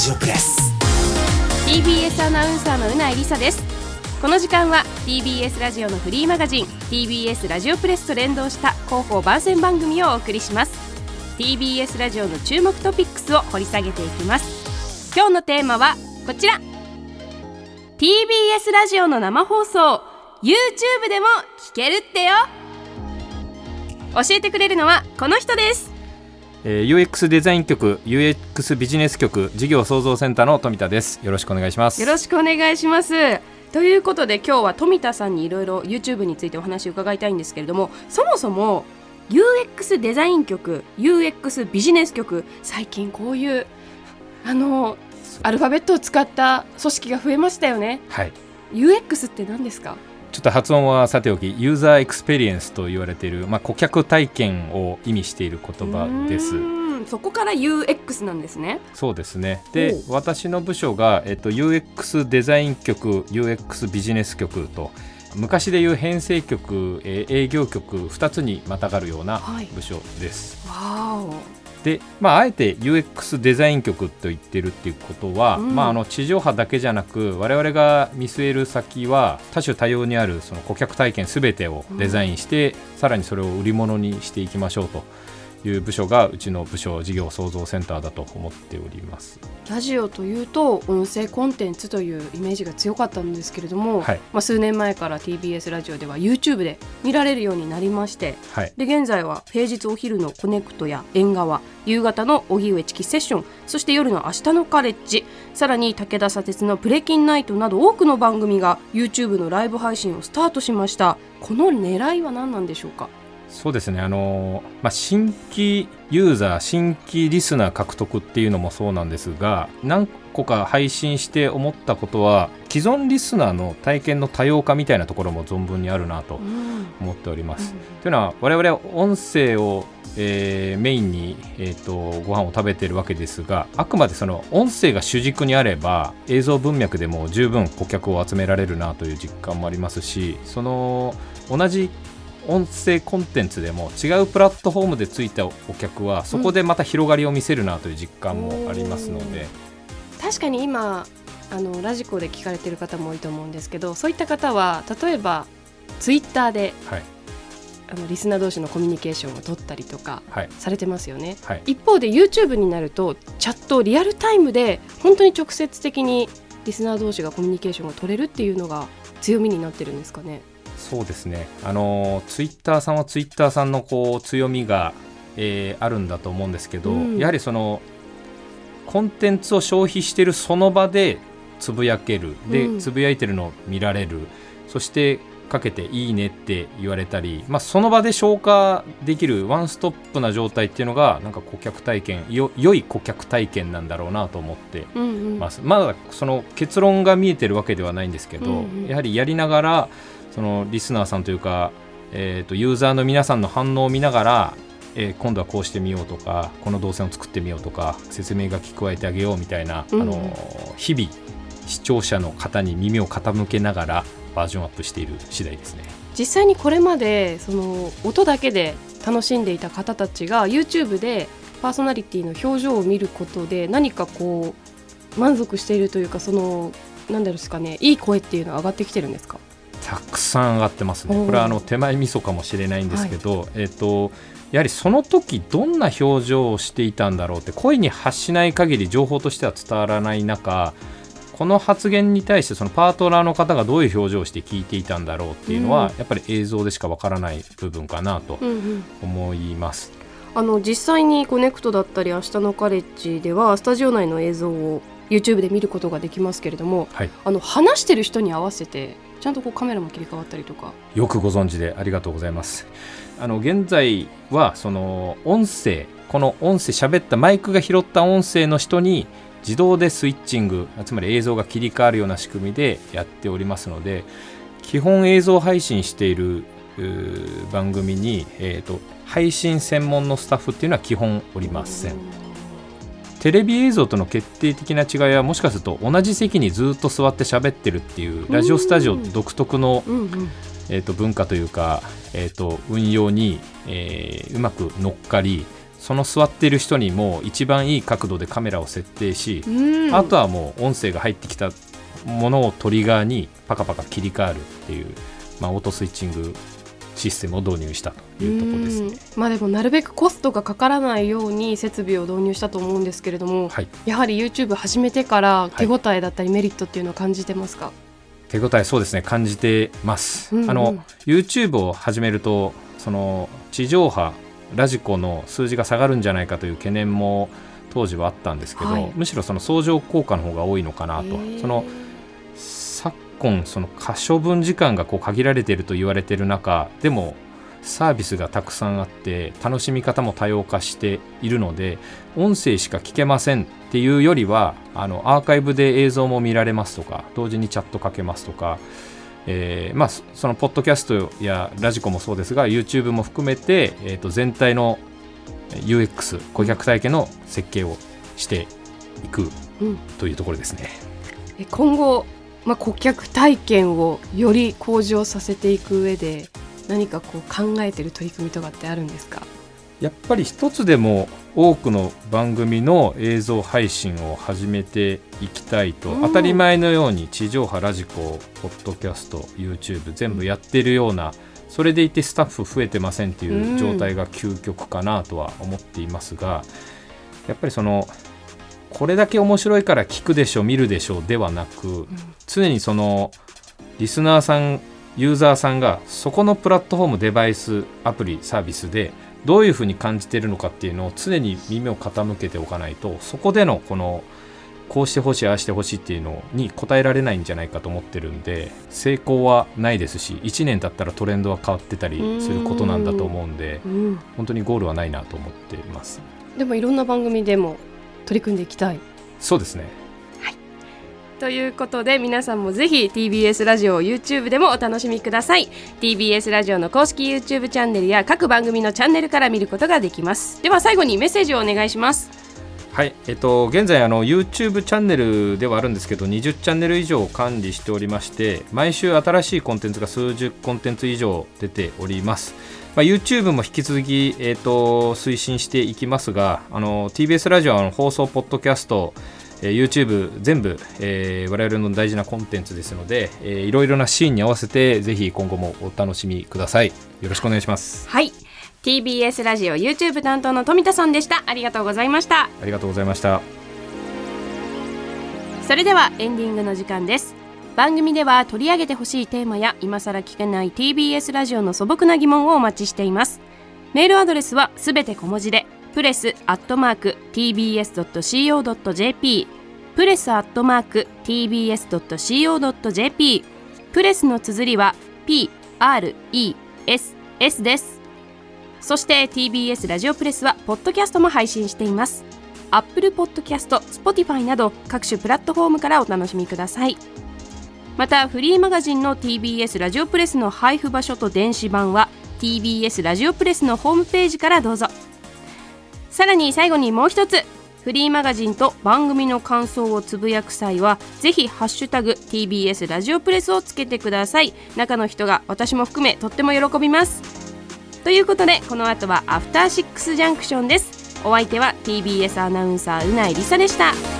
ジオプレス TBS アナウンサーのうないりさです。この時間は TBS ラジオのフリーマガジン TBS ラジオプレスと連動した広報番宣番組をお送りします。 TBS ラジオの注目トピックスを掘り下げていきます。今日のテーマはこちら、 TBS ラジオの生放送 YouTube でも聞けるってよ。教えてくれるのはこの人です。 UX デザイン局 UX ビジネス局事業創造センターの富田です。よろしくお願いします。 よろしくお願いします。ということで今日は富田さんにいろいろ YouTube についてお話を伺いたいんですけれども、そもそも UX デザイン局 UX ビジネス局、最近こういうアルファベットを使った組織が増えましたよね。 はい、 UX って何ですか？ ちょっと発音はさておき、ユーザーエクスペリエンスと言われている、顧客体験を意味している言葉です。 そこから UX なんですね。 そうですね。で、私の部署が、UX デザイン局 UX ビジネス局と、昔でいう編成局、営業局2つにまたがるような部署です。 わーお。 で、あえて UX デザイン局と言ってるっていうことは、地上波だけじゃなく我々が見据える先は多種多様にあるその顧客体験すべてをデザインして、さらにそれを売り物にしていきましょうという部署がうちの部署事業創造センターだと思っております。 ラジオというと音声コンテンツというイメージが強かったんですけれども、数年前から TBS ラジオでは YouTube で見られるようになりまして、で現在は平日お昼のコネクトや縁側、夕方の荻上チキセッション、そして夜の明日のカレッジ、さらに武田砂鉄のプレキンナイトなど多くの番組が YouTube のライブ配信をスタートしました。この狙いは何なんでしょうか？ そうですね、新規ユーザー新規リスナー獲得っていうのもそうなんですが、何個か配信して思ったことは、既存リスナーの体験の多様化みたいなところも存分にあるなと思っております。というのは我々は音声を、メインに、ご飯を食べているわけですが、あくまでその音声が主軸にあれば映像文脈でも十分顧客を集められるなという実感もありますし、その同じ音声コンテンツでも違うプラットフォームでついたお客はそこでまた広がりを見せるなという実感もありますので、 確かに今ラジコで聞かれている方も多いと思うんですけど、そういった方は例えばツイッターで、リスナー同士のコミュニケーションを取ったりとかされてますよね。一方で YouTube になるとチャットリアルタイムで本当に直接的にリスナー同士がコミュニケーションを取れるっていうのが強みになってるんですかね？ そうですね、ツイッターさんはツイッターさんの強みが、あるんだと思うんですけど、やはりそのコンテンツを消費しているその場でつぶやける、でつぶやいてるのを見られる、そしてかけていいねって言われたり、その場で消化できるワンストップな状態っていうのがなんか顧客体験、良い顧客体験なんだろうなと思ってます。まだその結論が見えてるわけではないんですけど、やはりやりながらそのリスナーさんというか、ユーザーの皆さんの反応を見ながら、今度はこうしてみようとか、この動線を作ってみようとか、説明書き加えてあげようみたいな、日々視聴者の方に耳を傾けながらバージョンアップしている次第ですね。 実際にこれまでその音だけで楽しんでいた方たちが YouTube でパーソナリティの表情を見ることで何か満足しているというか、その何ですかね、いい声っていうのは上がってきてるんですか？ たくさん上がってますね。これは手前味噌かもしれないんですけど、やはりその時どんな表情をしていたんだろうって、声に発しない限り情報としては伝わらない中、この発言に対してそのパートナーの方がどういう表情をして聞いていたんだろうっていうのは、やっぱり映像でしかわからない部分かなと思います。 実際にコネクトだったり明日のカレッジではスタジオ内の映像を YouTube で見ることができますけれども、話してる人に合わせてちゃんとカメラも切り替わったりとか。 よくご存知でありがとうございます。現在はその音声、この音声喋ったマイクが拾った音声の人に自動でスイッチング、つまり映像が切り替わるような仕組みでやっておりますので、基本映像配信している番組に、配信専門のスタッフっていうのは基本おりません。テレビ映像との決定的な違いは、もしかすると同じ席にずっと座って喋ってるっていうラジオスタジオ独特の、文化というか、運用に、うまく乗っかり、 その座っている人にもう一番いい角度でカメラを設定し、あとはもう音声が入ってきたものをトリガーにパカパカ切り替わるっていう、オートスイッチングシステムを導入したというところですね。 でもなるべくコストがかからないように設備を導入したと思うんですけれども、やはり YouTube 始めてから手応えだったりメリットっていうのを感じてますか？ 手応え、そうですね、感じてます。YouTube を始めるとその地上波ラジコの数字が下がるんじゃないかという懸念も当時はあったんですけど、むしろその相乗効果の方が多いのかなと。その昨今その可処分時間が限られていると言われている中でもサービスがたくさんあって楽しみ方も多様化しているので、音声しか聞けませんっていうよりはアーカイブで映像も見られますとか、同時にチャットかけますとか、そのポッドキャストやラジコもそうですが YouTube も含めて、全体の UX 顧客体験の設計をしていくというところですね。 今後、顧客体験をより向上させていく上で何か考えている取り組みとかってあるんですか？ やっぱり一つでも多くの番組の映像配信を始めていきたいと、当たり前のように地上波ラジコポッドキャスト YouTube 全部やってるような、それでいてスタッフ増えてませんっていう状態が究極かなとは思っていますが、やっぱりこれだけ面白いから聞くでしょ見るでしょではなく、常にそのリスナーさんユーザーさんがそこのプラットフォームデバイスアプリサービスでどういうふうに感じているのかっていうのを常に耳を傾けておかないと、そこでのこうしてほしいああしてほしいっていうのに応えられないんじゃないかと思ってるんで、成功はないですし1年経ったらトレンドは変わってたりすることなんだと思うんで、本当にゴールはないなと思っています。 でもいろんな番組でも取り組んでいきたい。 そうですね。 ということで皆さんもぜひ TBS ラジオを YouTube でもお楽しみください。 TBS ラジオの公式 YouTube チャンネルや各番組のチャンネルから見ることができます。では最後にメッセージをお願いします。 はい、現在YouTube チャンネルではあるんですけど20チャンネル以上管理しておりまして、毎週新しいコンテンツが数十コンテンツ以上出ております。YouTube も引き続き、推進していきますが、TBS ラジオは放送ポッドキャストYouTube 全部、我々の大事なコンテンツですので、いろいろなシーンに合わせてぜひ今後もお楽しみください。よろしくお願いします。 はい、 TBS ラジオ YouTube 担当の富田さんでした。ありがとうございました。 ありがとうございました。 それではエンディングの時間です。番組では取り上げてほしいテーマや今更聞けない TBS ラジオの素朴な疑問をお待ちしています。メールアドレスはすべて小文字でpress@tbs.co.jp press@tbs.co.jp プレスの綴りは PRESS です。そして TBS ラジオプレスはポッドキャストも配信しています。 Apple Podcast、Spotify など各種プラットフォームからお楽しみください。またフリーマガジンの TBS ラジオプレスの配布場所と電子版は TBS ラジオプレスのホームページからどうぞ。さらに最後にもう一つ、フリーマガジンと番組の感想をつぶやく際はぜひハッシュタグ TBS ラジオプレスをつけてください。中の人が私も含めとっても喜びます。ということでこの後はアフターシックスジャンクションです。お相手は TBS アナウンサーうないりさでした。